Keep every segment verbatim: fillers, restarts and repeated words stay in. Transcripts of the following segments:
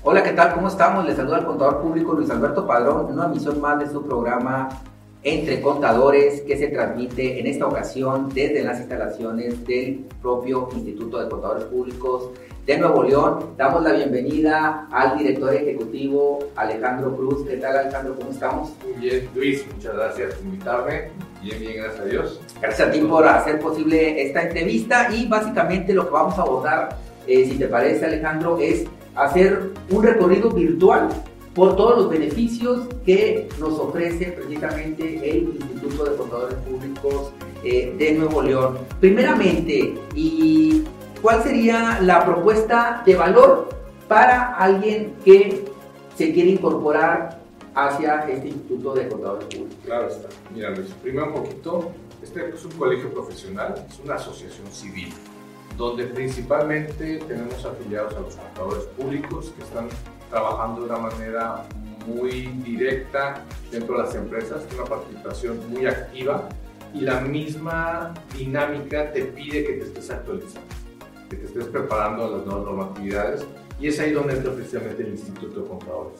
Hola, ¿qué tal? ¿Cómo estamos? Les saluda el contador público Luis Alberto Padrón, una emisión más de su programa Entre Contadores, que se transmite en esta ocasión desde las instalaciones del propio Instituto de Contadores Públicos de Nuevo León. Damos la bienvenida al director ejecutivo Alejandro Cruz. ¿Qué tal, Alejandro? ¿Cómo estamos? Muy bien, Luis, muchas gracias por invitarme. Bien, bien, gracias a Dios. Gracias a ti por hacer posible esta entrevista y básicamente lo que vamos a abordar, eh, si te parece, Alejandro, es hacer un recorrido virtual por todos los beneficios que nos ofrece precisamente el Instituto de Contadores Públicos eh, de Nuevo León. Primeramente, ¿y cuál sería la propuesta de valor para alguien que se quiere incorporar hacia este Instituto de Contadores Públicos? Claro está. Mira, Luis, primero un poquito, este es un colegio profesional, es una asociación civil, donde principalmente tenemos afiliados a los contadores públicos que están trabajando de una manera muy directa dentro de las empresas, una participación muy activa y la misma dinámica te pide que te estés actualizando, que te estés preparando a las nuevas normatividades, y es ahí donde entra precisamente el Instituto de Contadores,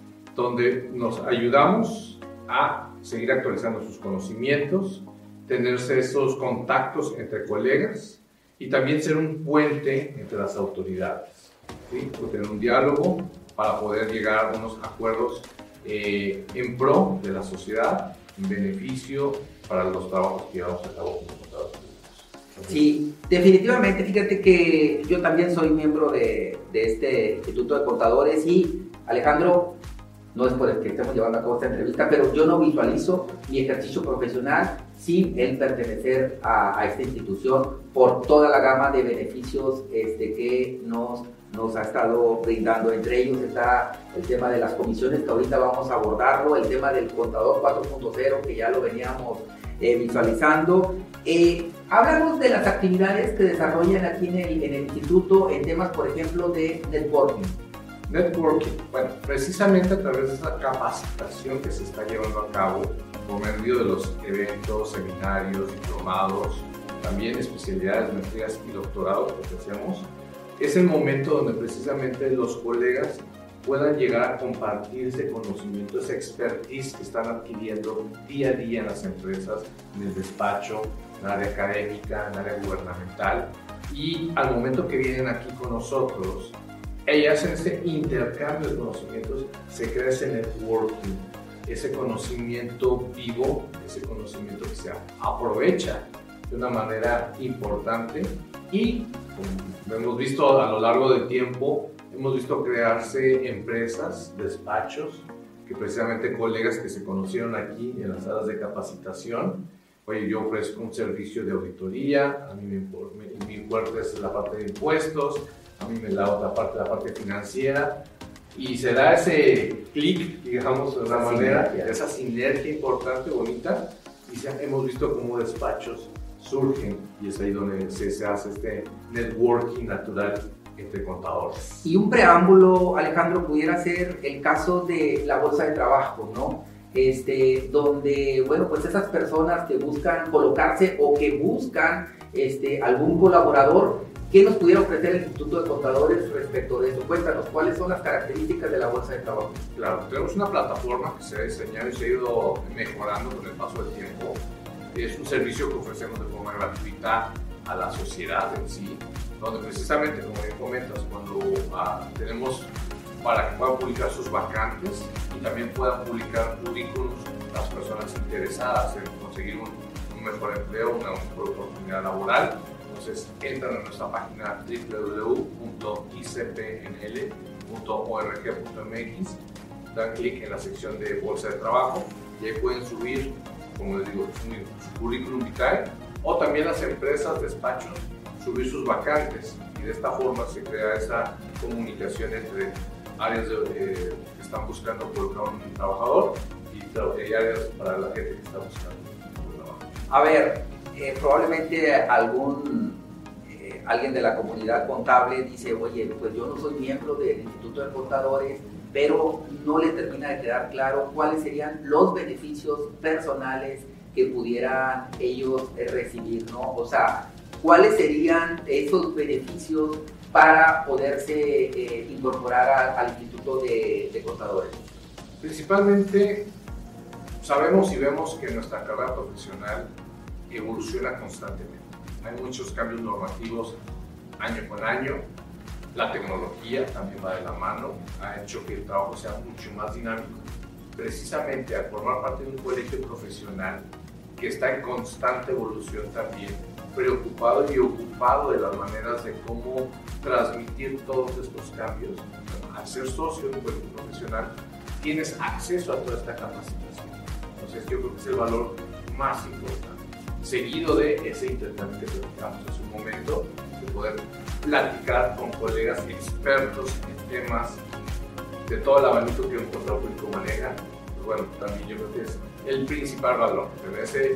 donde nos ayudamos a seguir actualizando sus conocimientos, tener esos contactos entre colegas y también ser un puente entre las autoridades, ¿sí? Tener un diálogo para poder llegar a unos acuerdos eh, en pro de la sociedad, en beneficio para los trabajos que llevamos a cabo como contadores públicos. Sí, definitivamente. Fíjate que yo también soy miembro de, de este Instituto de Contadores y, Alejandro, no es por el que estemos llevando a cabo esta entrevista, pero yo no visualizo mi ejercicio profesional sin el pertenecer a, a esta institución por toda la gama de beneficios este, que nos, nos ha estado brindando. Entre ellos está el tema de las comisiones, que ahorita vamos a abordarlo, el tema del contador cuatro punto cero, que ya lo veníamos eh, visualizando. Eh, hablamos de las actividades que desarrollan aquí en el, en el instituto en temas, por ejemplo, de networking. Networking, bueno, precisamente a través de esa capacitación que se está llevando a cabo por medio de los eventos, seminarios, diplomados, también especialidades, maestrías y doctorados que hacemos, es el momento donde precisamente los colegas puedan llegar a compartir ese conocimiento, ese expertise que están adquiriendo día a día en las empresas, en el despacho, en el área académica, en el área gubernamental, y al momento que vienen aquí con nosotros, ellas en ese intercambio de conocimientos se crea ese networking, ese conocimiento vivo, ese conocimiento que se aprovecha de una manera importante y, como hemos visto a lo largo del tiempo, hemos visto crearse empresas, despachos, que precisamente colegas que se conocieron aquí en las salas de capacitación. Oye, yo ofrezco un servicio de auditoría, a mí me, mi fuerte es la parte de impuestos, a mí me da otra parte, la parte financiera, y se da ese clic, digamos, de una esa manera, sinergia. Esa sinergia importante, bonita, y se, hemos visto cómo despachos surgen, y es ahí donde se, se hace este networking natural entre contadores. Y un preámbulo, Alejandro, pudiera ser el caso de la bolsa de trabajo, ¿no? Este, donde, bueno, pues esas personas que buscan colocarse o que buscan este, algún colaborador, ¿qué nos pudiera ofrecer el Instituto de Contadores respecto de eso? Cuéntanos, ¿cuáles son las características de la bolsa de trabajo? Claro, tenemos una plataforma que se ha diseñado y se ha ido mejorando con el paso del tiempo. Es un servicio que ofrecemos de forma gratuita a la sociedad en sí, donde precisamente, como bien comentas, cuando ah, tenemos para que puedan publicar sus vacantes y también puedan publicar currículos las personas interesadas en conseguir un, un mejor empleo, una mejor oportunidad laboral. Entonces entran a nuestra página doble u doble u doble u punto i c p n l punto org punto m x, dan clic en la sección de bolsa de trabajo y ahí pueden subir, como les digo, su, su currículum vitae, o también las empresas, despachos, subir sus vacantes, y de esta forma se crea esa comunicación entre áreas de, eh, que están buscando colocar un trabajador y, y áreas para la gente que está buscando un trabajo. A ver, eh, probablemente algún eh, alguien de la comunidad contable dice, oye, pues yo no soy miembro del Instituto de Contadores, pero no le termina de quedar claro cuáles serían los beneficios personales que pudieran ellos eh, recibir, ¿no? O sea, ¿cuáles serían esos beneficios para poderse eh, incorporar a, al Instituto Instituto de, de Contadores? Principalmente sabemos y vemos que nuestra carrera profesional evoluciona constantemente. Hay muchos cambios normativos año con año. La tecnología también va de la mano, ha hecho que el trabajo sea mucho más dinámico. Precisamente al formar parte de un colegio profesional que está en constante evolución también, preocupado y ocupado de las maneras de cómo transmitir todos estos cambios. Bueno, al ser socio de un colegio profesional, tienes acceso a toda esta capacitación. Entonces yo creo que es el valor más importante, seguido de ese intercambio que platicamos en su momento, de poder platicar con colegas expertos en temas de todo el abanico que un contador público maneja. Pues bueno, también yo creo que es el principal valor, tener ese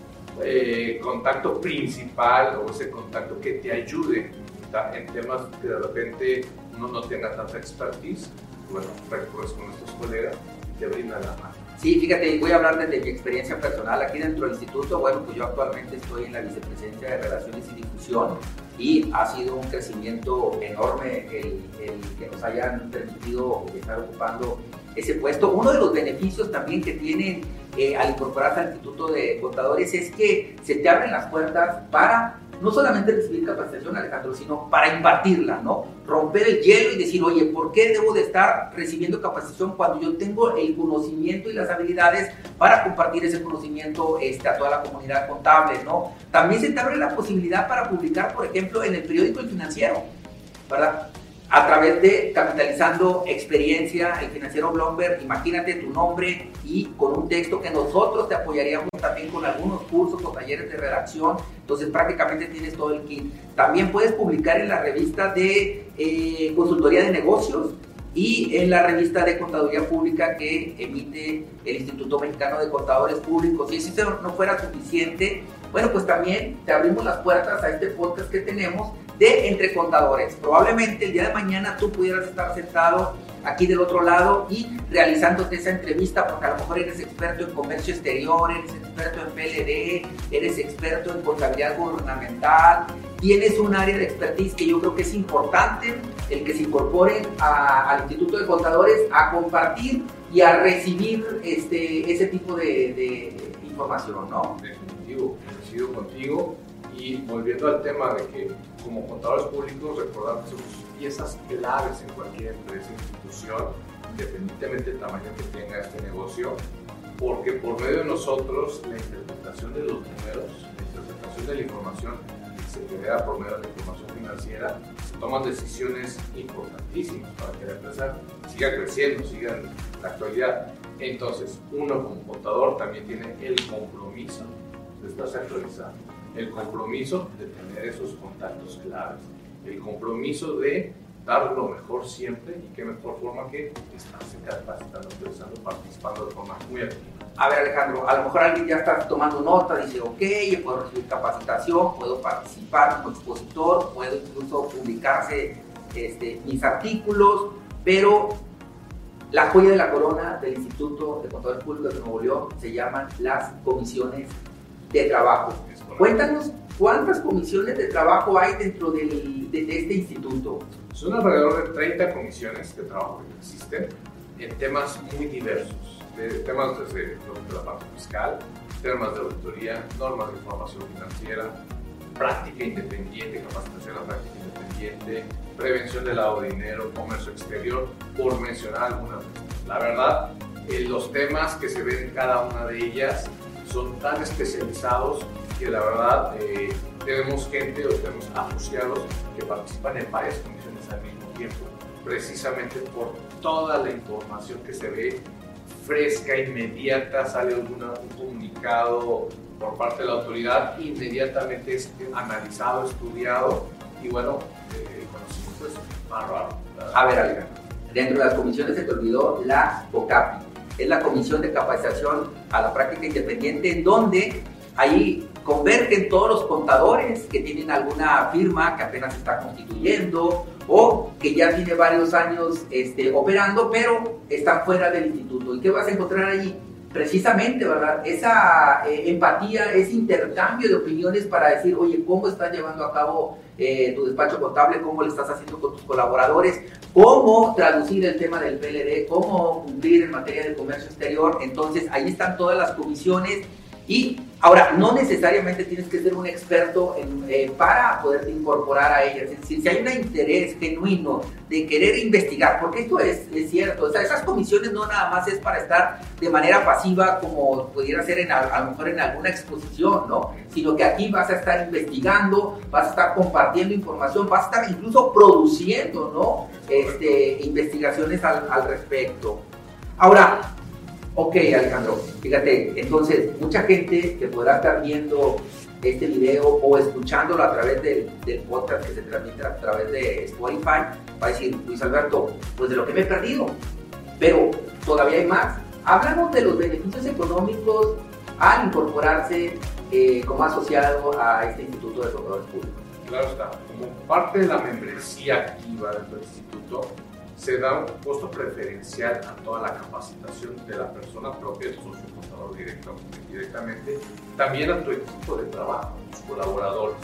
eh, contacto principal o ese contacto que te ayude en temas que de repente uno no tenga tanta expertise. Bueno, recurres con nuestros colegas y te brindan la mano. Sí, fíjate, voy a hablar desde mi experiencia personal aquí dentro del instituto. Bueno, pues yo actualmente estoy en la vicepresidencia de Relaciones y Difusión y ha sido un crecimiento enorme el, el que nos hayan permitido estar ocupando ese puesto. Uno de los beneficios también que tienen eh, al incorporarse al Instituto de Contadores es que se te abren las puertas para no solamente recibir capacitación, Alejandro, sino para impartirla, ¿no? Romper el hielo y decir, oye, ¿por qué debo de estar recibiendo capacitación cuando yo tengo el conocimiento y las habilidades para compartir ese conocimiento este, a toda la comunidad contable, ¿no? También se te abre la posibilidad para publicar, por ejemplo, en el periódico El Financiero, ¿verdad? A través de Capitalizando Experiencia, el Financiero Bloomberg, imagínate tu nombre y con un texto que nosotros te apoyaríamos también con algunos cursos o talleres de redacción. Entonces prácticamente tienes todo el kit. También puedes publicar en la revista de eh, Consultoría de Negocios y en la revista de Contaduría Pública que emite el Instituto Mexicano de Contadores Públicos. Y si eso no fuera suficiente, bueno, pues también te abrimos las puertas a este podcast que tenemos de Entre Contadores. Probablemente el día de mañana tú pudieras estar sentado aquí del otro lado y realizándote esa entrevista porque a lo mejor eres experto en comercio exterior, eres experto en P L D, eres experto en contabilidad gubernamental, tienes un área de expertise que yo creo que es importante el que se incorporen a, al Instituto de Contadores a compartir y a recibir este, ese tipo de, de información, ¿no? Definitivo, coincido contigo. Y volviendo al tema de que como contadores públicos recordar que somos piezas claves en cualquier empresa, institución, independientemente del tamaño que tenga este negocio, porque por medio de nosotros la interpretación de los números, la interpretación de la información que se genera por medio de la información financiera, se toman decisiones importantísimas para que la empresa siga creciendo, siga en la actualidad. Entonces, uno como contador también tiene el compromiso de estarse actualizando, el compromiso de tener esos contactos claves, el compromiso de dar lo mejor siempre y qué mejor forma que estarse capacitando, actualizando, participando de forma muy activa. A ver, Alejandro, a lo mejor alguien ya está tomando nota, dice, ok, yo puedo recibir capacitación, puedo participar como expositor, puedo incluso publicarse este, mis artículos, pero la joya de la corona del Instituto de Contadores Públicos de Nuevo León se llaman las comisiones de trabajo. Cuéntanos cuántas comisiones de trabajo hay dentro del, de, de este instituto. Son alrededor de treinta comisiones de trabajo que existen en temas muy diversos, de temas desde la parte fiscal, temas de auditoría, normas de información financiera, práctica independiente, capacitación a práctica independiente, prevención del lavado de dinero, comercio exterior, por mencionar algunas. La verdad, eh, los temas que se ven en cada una de ellas son tan especializados que la verdad eh, tenemos gente o tenemos asociados que participan en varias comisiones al mismo tiempo, precisamente por toda la información que se ve fresca, inmediata, sale alguna, un comunicado por parte de la autoridad, inmediatamente es analizado, estudiado y bueno, eh, el conocimiento es bárbaro. A ver, Alejandro, dentro de las comisiones se te olvidó la COCAPI, es la Comisión de Capacitación a la Práctica Independiente, en donde ahí convergen todos los contadores que tienen alguna firma que apenas se está constituyendo o que ya tiene varios años este, operando, pero están fuera del instituto. ¿Y qué vas a encontrar allí? precisamente, ¿verdad? Esa eh, empatía, ese intercambio de opiniones para decir, oye, ¿cómo estás llevando a cabo eh, tu despacho contable? ¿Cómo lo estás haciendo con tus colaboradores? ¿Cómo traducir el tema del P L D? ¿Cómo cumplir en materia de comercio exterior? Entonces, ahí están todas las comisiones. Y ahora, no necesariamente tienes que ser un experto en, eh, para poderte incorporar a ellas. Es decir, si hay un interés genuino de querer investigar, porque esto es, es cierto, o sea, esas comisiones no nada más es para estar de manera pasiva como pudiera ser en, a, a lo mejor en alguna exposición, ¿no? Sino que aquí vas a estar investigando, vas a estar compartiendo información, vas a estar incluso produciendo, ¿no? Este, investigaciones al, al respecto. Ahora, ok, Alejandro, fíjate, entonces mucha gente que podrá estar viendo este video o escuchándolo a través del, del podcast que se transmite a través de Spotify, va a decir, Luis Alberto, pues de lo que me he perdido, pero todavía hay más. Hablamos de los beneficios económicos al incorporarse eh, como asociado a este Instituto de Contadores Públicos. Claro está, como parte de la membresía activa del instituto, se da un costo preferencial a toda la capacitación de la persona propia, el socio contador directamente, directamente, también a tu equipo de trabajo, a tus colaboradores.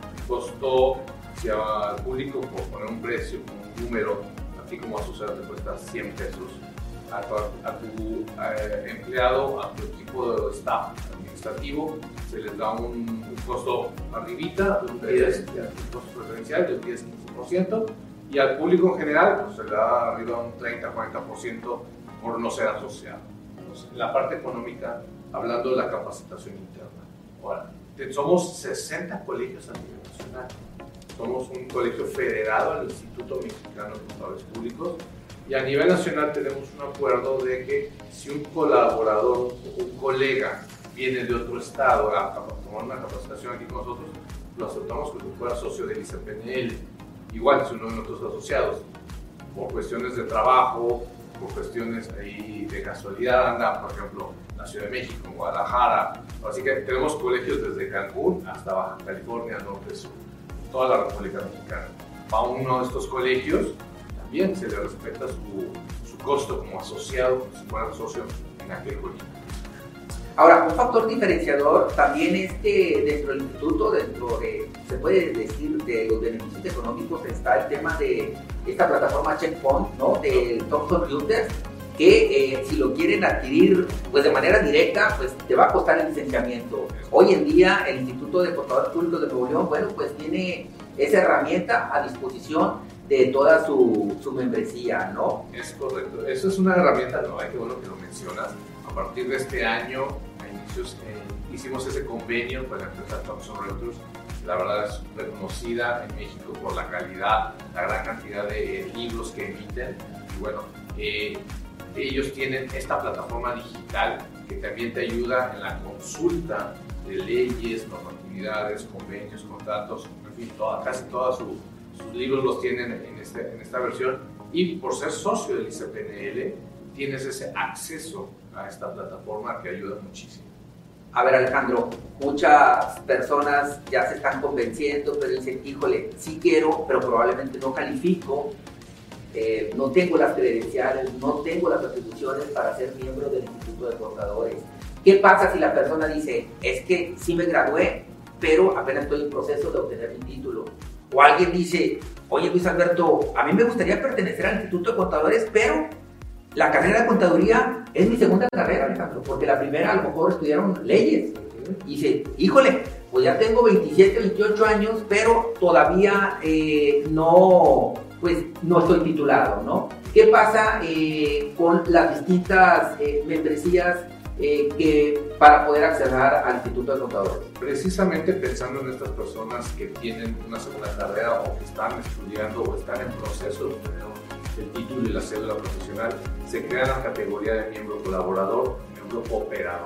Costó, si al público, por poner un precio, un número, a ti como asociado te cuesta cien pesos, a tu, a tu eh, empleado, a tu equipo de staff administrativo, se les da un, un costo arribita, un, diez, un costo preferencial del diez a quince por ciento. Y al público en general, pues se le da arriba un treinta a cuarenta por ciento por no ser asociado. Entonces, en la parte económica, hablando de la capacitación interna. Ahora, somos sesenta colegios a nivel nacional. Somos un colegio federado al Instituto Mexicano de Contadores Públicos. Y a nivel nacional tenemos un acuerdo de que si un colaborador o un colega viene de otro estado a tomar una capacitación aquí con nosotros, lo aceptamos como si fuera socio del I C P N L. Igual si uno de nuestros asociados, por cuestiones de trabajo, por cuestiones ahí de casualidad, anda, por ejemplo, en la Ciudad de México, en Guadalajara. Así que tenemos colegios desde Cancún hasta Baja California, norte, sur, toda la República Mexicana. A uno de estos colegios también se le respeta su, su costo como asociado, como si fuera socio en aquel colegio. Ahora, un factor diferenciador también es que dentro del instituto, dentro de, se puede decir, de los beneficios económicos, está el tema de esta plataforma Checkpoint, ¿no? Del Thomson Reuters, que eh, si lo quieren adquirir pues de manera directa, pues te va a costar el licenciamiento. Hoy en día el Instituto de Contadores Públicos de Nuevo León, bueno, pues tiene esa herramienta a disposición de toda su, su membresía, ¿no? Es correcto, eso es una herramienta nueva, qué bueno que lo mencionas. A partir de este año, a inicios, eh, hicimos ese convenio con la empresa Thomson Reuters. La verdad es reconocida en México por la calidad, la gran cantidad de eh, libros que emiten. Y bueno, eh, ellos tienen esta plataforma digital que también te ayuda en la consulta de leyes, normatividades, convenios, contratos, en fin, toda, casi todos su, sus libros los tienen en, este, en esta versión. Y por ser socio del I C P N L, tienes ese acceso a esta plataforma que ayuda muchísimo. A ver, Alejandro, muchas personas ya se están convenciendo, pero dicen, híjole, sí quiero, pero probablemente no califico, eh, no tengo las credenciales, no tengo las atribuciones para ser miembro del Instituto de Contadores. ¿Qué pasa si la persona dice, es que sí me gradué, pero apenas estoy en proceso de obtener mi título? O alguien dice, oye Luis Alberto, a mí me gustaría pertenecer al Instituto de Contadores, pero la carrera de contaduría es mi segunda carrera, Alejandro, porque la primera a lo mejor estudiaron leyes. Y dice, híjole, pues ya tengo veintisiete, veintiocho años, pero todavía eh, no, pues, no estoy titulado, ¿no? ¿Qué pasa eh, con las distintas eh, membresías eh, que, para poder acceder al Instituto de Contadores? Precisamente pensando en estas personas que tienen una segunda carrera o que están estudiando o están en proceso de obtener el título y la cédula profesional, se crea la categoría de miembro colaborador, miembro operador.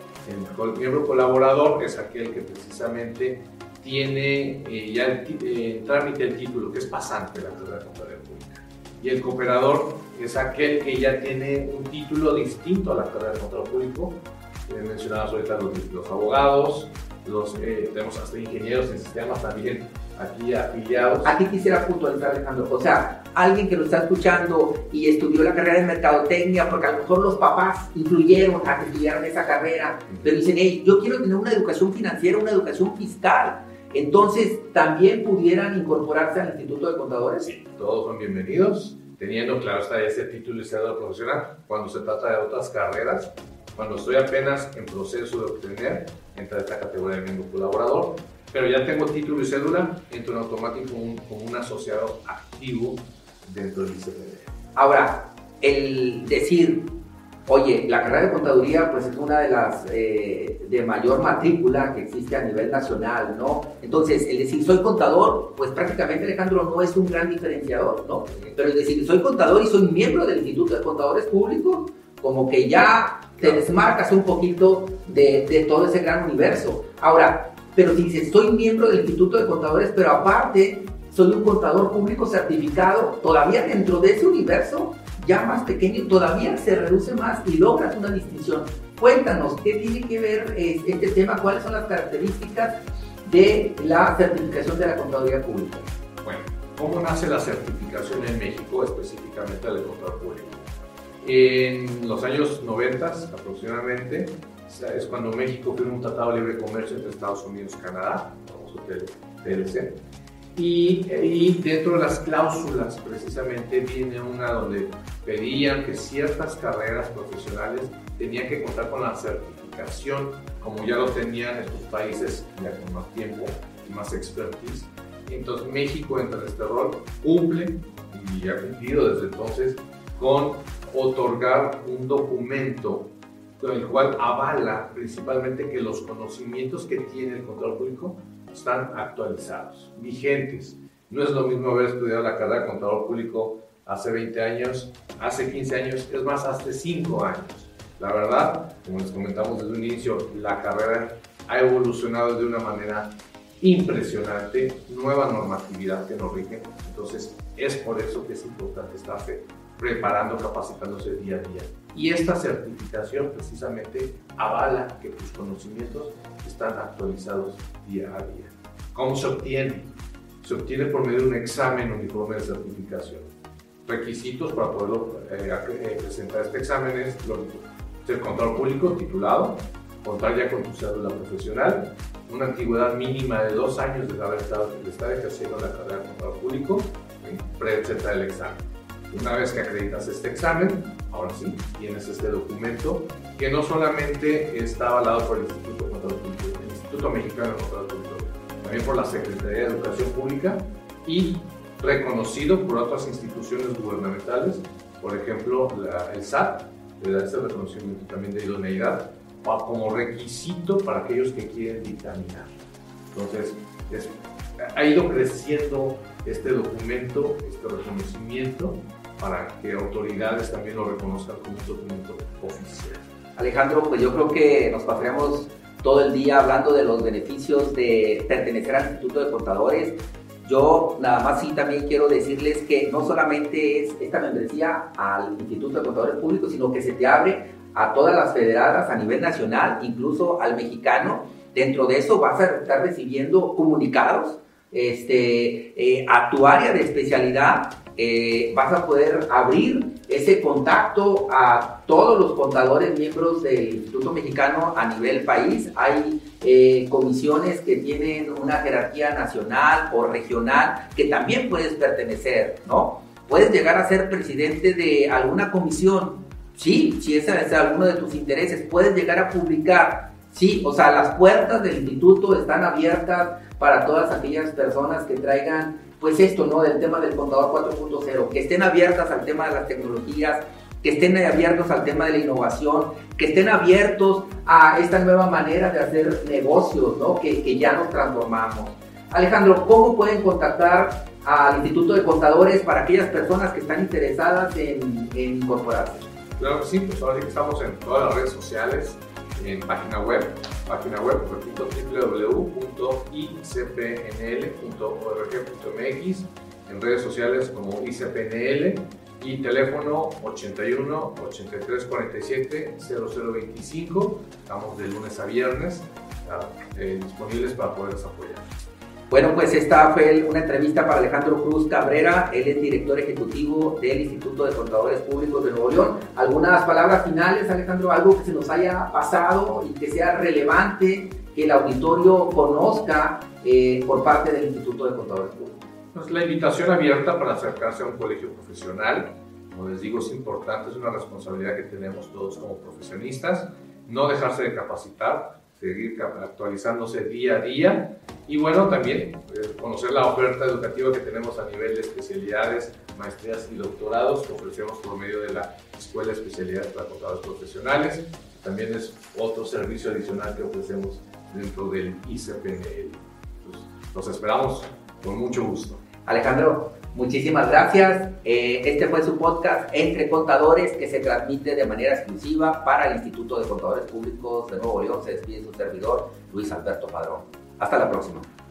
El miembro colaborador es aquel que precisamente tiene eh, ya el eh, trámite del título, que es pasante de la carrera de Contaduría Pública. Y el cooperador es aquel que ya tiene un título distinto a la carrera de Contador Público. Eh, mencionabas ahorita los, los abogados, los, eh, tenemos hasta ingenieros en sistemas también aquí afiliados. Aquí quisiera puntualizar, Alejandro, o sea, alguien que lo está escuchando y estudió la carrera de mercadotecnia, porque a lo mejor los papás influyeron a que estudiaran esa carrera, pero dicen, hey, yo quiero tener una educación financiera, una educación fiscal, entonces también pudieran incorporarse al Instituto de Contadores. Sí, todos son bienvenidos, teniendo claro está ese título de cédula profesional. Cuando se trata de otras carreras, cuando estoy apenas en proceso de obtener, entra esta categoría de miembro colaborador, pero ya tengo título y cédula, entro en automático como un, como un asociado activo dentro del I C P D. Ahora, el decir, oye, la carrera de contaduría pues es una de las eh, de mayor matrícula que existe a nivel nacional, ¿no? Entonces, el decir soy contador, pues prácticamente, Alejandro, no es un gran diferenciador, ¿no? Pero el decir soy contador y soy miembro del Instituto de Contadores Públicos, como que ya te desmarcas un poquito de, de todo ese gran universo. Ahora, pero si dices, soy miembro del Instituto de Contadores, pero aparte soy un contador público certificado, todavía dentro de ese universo, ya más pequeño, todavía se reduce más y logras una distinción. Cuéntanos, ¿qué tiene que ver este tema? ¿Cuáles son las características de la certificación de la contaduría pública? Bueno, ¿cómo nace la certificación en México, específicamente la de contador público? En los años noventa aproximadamente, es cuando México firmó un tratado de libre comercio entre Estados Unidos y Canadá, famoso T L C, y, y dentro de las cláusulas precisamente viene una donde pedían que ciertas carreras profesionales tenían que contar con la certificación, como ya lo tenían estos países ya con más tiempo y más expertise. Entonces México entra en este rol, cumple y ha cumplido desde entonces con otorgar un documento con el cual avala principalmente que los conocimientos que tiene el contador público están actualizados, vigentes. No es lo mismo haber estudiado la carrera de contador público hace veinte años, hace quince años, es más, hace cinco años. La verdad, como les comentamos desde un inicio, la carrera ha evolucionado de una manera impresionante, nueva normatividad que nos rige, entonces es por eso que es importante estarse preparando, capacitándose día a día. Y esta certificación precisamente avala que tus conocimientos están actualizados día a día. ¿Cómo se obtiene? Se obtiene por medio de un examen uniforme de certificación. Requisitos para poder eh, presentar este examen es ser contador público titulado, contar ya con tu cédula profesional, una antigüedad mínima de dos años de haber estado, de estar ejerciendo la carrera de contador público, presentar el examen. Una vez que acreditas este examen, ahora sí, tienes este documento que no solamente está avalado por el Instituto, el Instituto Mexicano de Contador Público, también por la Secretaría de Educación Pública y reconocido por otras instituciones gubernamentales, por ejemplo, la, el S A T, le da este reconocimiento también de idoneidad como requisito para aquellos que quieren dictaminar. Entonces, es, ha ido creciendo este documento, este reconocimiento, para que autoridades también lo reconozcan como un documento oficial. Alejandro, pues yo creo que nos pasaríamos todo el día hablando de los beneficios de pertenecer al Instituto de Contadores. Yo nada más sí también quiero decirles que no solamente es esta membresía al Instituto de Contadores Públicos, sino que se te abre a todas las federadas a nivel nacional, incluso al mexicano. Dentro de eso vas a estar recibiendo comunicados este, eh, a tu área de especialidad. Eh, vas a poder abrir ese contacto a todos los contadores miembros del Instituto Mexicano a nivel país. Hay eh, comisiones que tienen una jerarquía nacional o regional que también puedes pertenecer, ¿no? Puedes llegar a ser presidente de alguna comisión, sí, si ese es alguno de tus intereses. Puedes llegar a publicar, sí, o sea, las puertas del instituto están abiertas para todas aquellas personas que traigan pues esto, ¿no? Del tema del contador cuatro punto cero, que estén abiertas al tema de las tecnologías, que estén abiertos al tema de la innovación, que estén abiertos a esta nueva manera de hacer negocios, ¿no? Que, que ya nos transformamos. Alejandro, ¿cómo pueden contactar al Instituto de Contadores para aquellas personas que están interesadas en, en incorporarse? Claro que sí, pues ahora sí que estamos en todas las redes sociales, en página web, página web, repito, doble u doble u doble u punto i c p n l punto org punto m x, en redes sociales como I C P N L y teléfono ochenta y uno, ochenta y tres cuarenta y siete, cero cero veinticinco, estamos de lunes a viernes eh, disponibles para poderles apoyar. Bueno, pues esta fue una entrevista para Alejandro Cruz Cabrera. Él es director ejecutivo del Instituto de Contadores Públicos de Nuevo León. ¿Algunas palabras finales, Alejandro? Algo que se nos haya pasado y que sea relevante que el auditorio conozca eh, por parte del Instituto de Contadores Públicos. Pues la invitación abierta para acercarse a un colegio profesional. Como les digo, es importante, es una responsabilidad que tenemos todos como profesionistas. No dejarse de capacitar, seguir actualizándose día a día. Y bueno, también eh, conocer la oferta educativa que tenemos a nivel de especialidades, maestrías y doctorados que ofrecemos por medio de la Escuela de Especialidades para Contadores Profesionales. También es otro servicio adicional que ofrecemos dentro del I C P N L. Pues, los esperamos con mucho gusto. Alejandro, muchísimas gracias. Eh, este fue su podcast Entre Contadores, que se transmite de manera exclusiva para el Instituto de Contadores Públicos de Nuevo León. Se despide su servidor, Luis Alberto Padrón. Hasta la próxima.